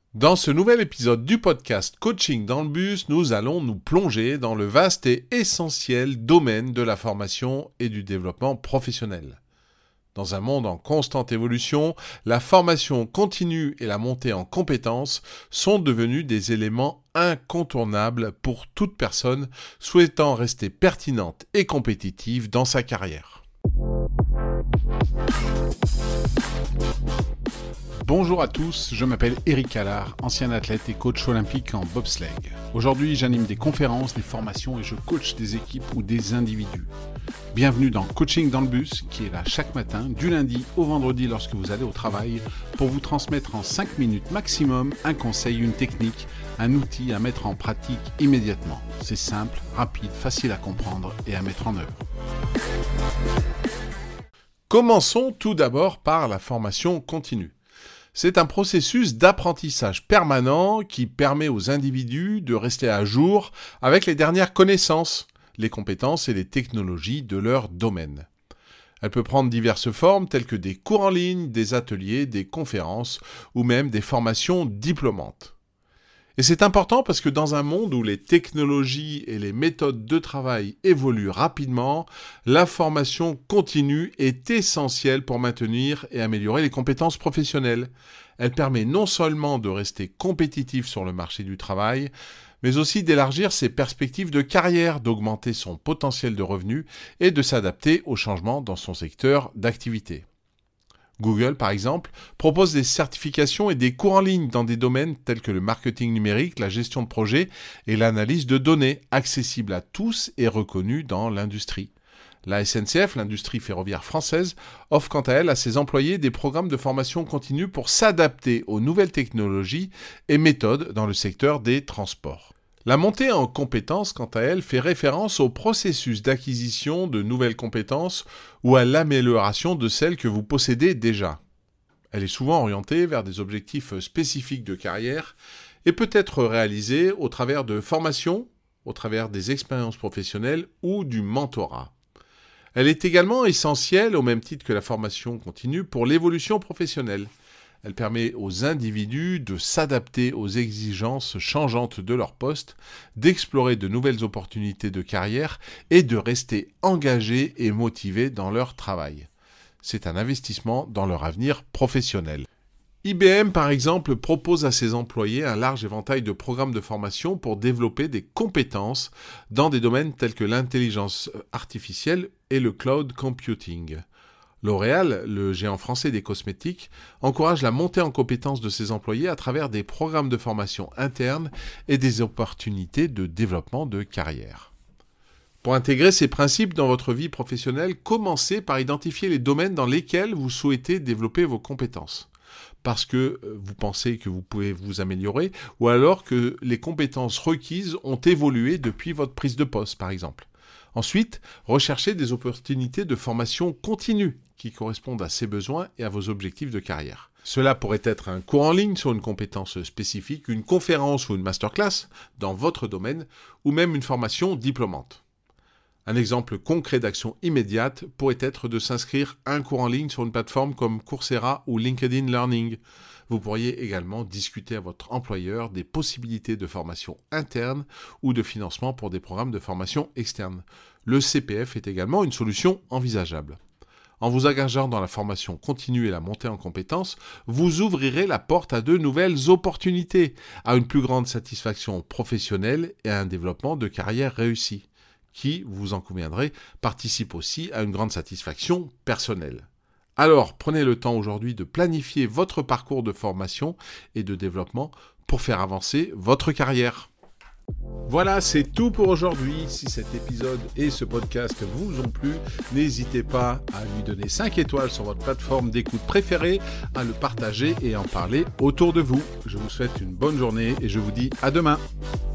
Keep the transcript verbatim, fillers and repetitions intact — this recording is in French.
Dans ce nouvel épisode du podcast Coaching dans le bus, nous allons nous plonger dans le vaste et essentiel domaine de la formation et du développement professionnel. Dans un monde en constante évolution, la formation continue et la montée en compétences sont devenus des éléments incontournables pour toute personne souhaitant rester pertinente et compétitive dans sa carrière. Bonjour à tous, je m'appelle Eric Allard, ancien athlète et coach olympique en bobsleigh. Aujourd'hui, j'anime des conférences, des formations et je coach des équipes ou des individus. Bienvenue dans Coaching dans le bus, qui est là chaque matin, du lundi au vendredi lorsque vous allez au travail, pour vous transmettre en cinq minutes maximum un conseil, une technique, un outil à mettre en pratique immédiatement. C'est simple, rapide, facile à comprendre et à mettre en œuvre. Commençons tout d'abord par la formation continue. C'est un processus d'apprentissage permanent qui permet aux individus de rester à jour avec les dernières connaissances, les compétences et les technologies de leur domaine. Elle peut prendre diverses formes telles que des cours en ligne, des ateliers, des conférences ou même des formations diplômantes. Et c'est important parce que dans un monde où les technologies et les méthodes de travail évoluent rapidement, la formation continue est essentielle pour maintenir et améliorer les compétences professionnelles. Elle permet non seulement de rester compétitif sur le marché du travail, mais aussi d'élargir ses perspectives de carrière, d'augmenter son potentiel de revenus et de s'adapter aux changements dans son secteur d'activité. Google, par exemple, propose des certifications et des cours en ligne dans des domaines tels que le marketing numérique, la gestion de projets et l'analyse de données, accessibles à tous et reconnus dans l'industrie. La S N C F, l'industrie ferroviaire française, offre quant à elle à ses employés des programmes de formation continue pour s'adapter aux nouvelles technologies et méthodes dans le secteur des transports. La montée en compétences, quant à elle, fait référence au processus d'acquisition de nouvelles compétences ou à l'amélioration de celles que vous possédez déjà. Elle est souvent orientée vers des objectifs spécifiques de carrière et peut être réalisée au travers de formations, au travers des expériences professionnelles ou du mentorat. Elle est également essentielle, au même titre que la formation continue, pour l'évolution professionnelle. Elle permet aux individus de s'adapter aux exigences changeantes de leur poste, d'explorer de nouvelles opportunités de carrière et de rester engagés et motivés dans leur travail. C'est un investissement dans leur avenir professionnel. I B M, par exemple, propose à ses employés un large éventail de programmes de formation pour développer des compétences dans des domaines tels que l'intelligence artificielle et le cloud computing. L'Oréal, le géant français des cosmétiques, encourage la montée en compétences de ses employés à travers des programmes de formation interne et des opportunités de développement de carrière. Pour intégrer ces principes dans votre vie professionnelle, commencez par identifier les domaines dans lesquels vous souhaitez développer vos compétences. Parce que vous pensez que vous pouvez vous améliorer, ou alors que les compétences requises ont évolué depuis votre prise de poste, par exemple. Ensuite, recherchez des opportunités de formation continue qui correspondent à ces besoins et à vos objectifs de carrière. Cela pourrait être un cours en ligne sur une compétence spécifique, une conférence ou une masterclass dans votre domaine, ou même une formation diplômante. Un exemple concret d'action immédiate pourrait être de s'inscrire à un cours en ligne sur une plateforme comme Coursera ou LinkedIn Learning. Vous pourriez également discuter à votre employeur des possibilités de formation interne ou de financement pour des programmes de formation externe. Le C P F est également une solution envisageable. En vous engageant dans la formation continue et la montée en compétences, vous ouvrirez la porte à de nouvelles opportunités, à une plus grande satisfaction professionnelle et à un développement de carrière réussi, qui, vous en conviendrez, participe aussi à une grande satisfaction personnelle. Alors, prenez le temps aujourd'hui de planifier votre parcours de formation et de développement pour faire avancer votre carrière. Voilà, c'est tout pour aujourd'hui. Si cet épisode et ce podcast vous ont plu, n'hésitez pas à lui donner cinq étoiles sur votre plateforme d'écoute préférée, à le partager et en parler autour de vous. Je vous souhaite une bonne journée et je vous dis à demain.